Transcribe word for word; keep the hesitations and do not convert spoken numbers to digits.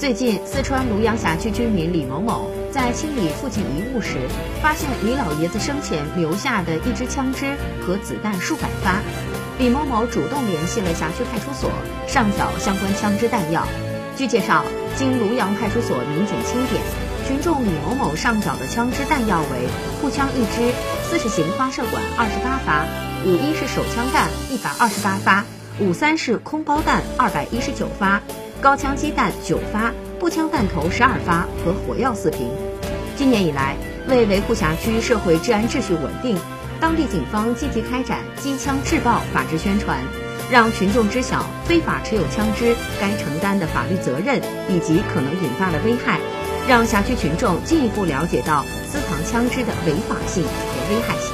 最近，四川庐阳辖区居民李某某在清理父亲遗物时，发现李老爷子生前留下的一支枪支和子弹数百发。李某某主动联系了辖区派出所，上缴相关枪支弹药。据介绍，经庐阳派出所民警清点，群众李某某上缴的枪支弹药为步枪一支、四十型发射管二十八发、五一式手枪弹一百二十八发、五三式空包弹二百一十九发、高枪机弹九发、步枪弹头十二发和火药四瓶。今年以来，为维护辖区社会治安秩序稳定，当地警方积极开展机枪制暴法制宣传，让群众知晓非法持有枪支该承担的法律责任以及可能引发的危害，让辖区群众进一步了解到私藏枪支的违法性和危害性。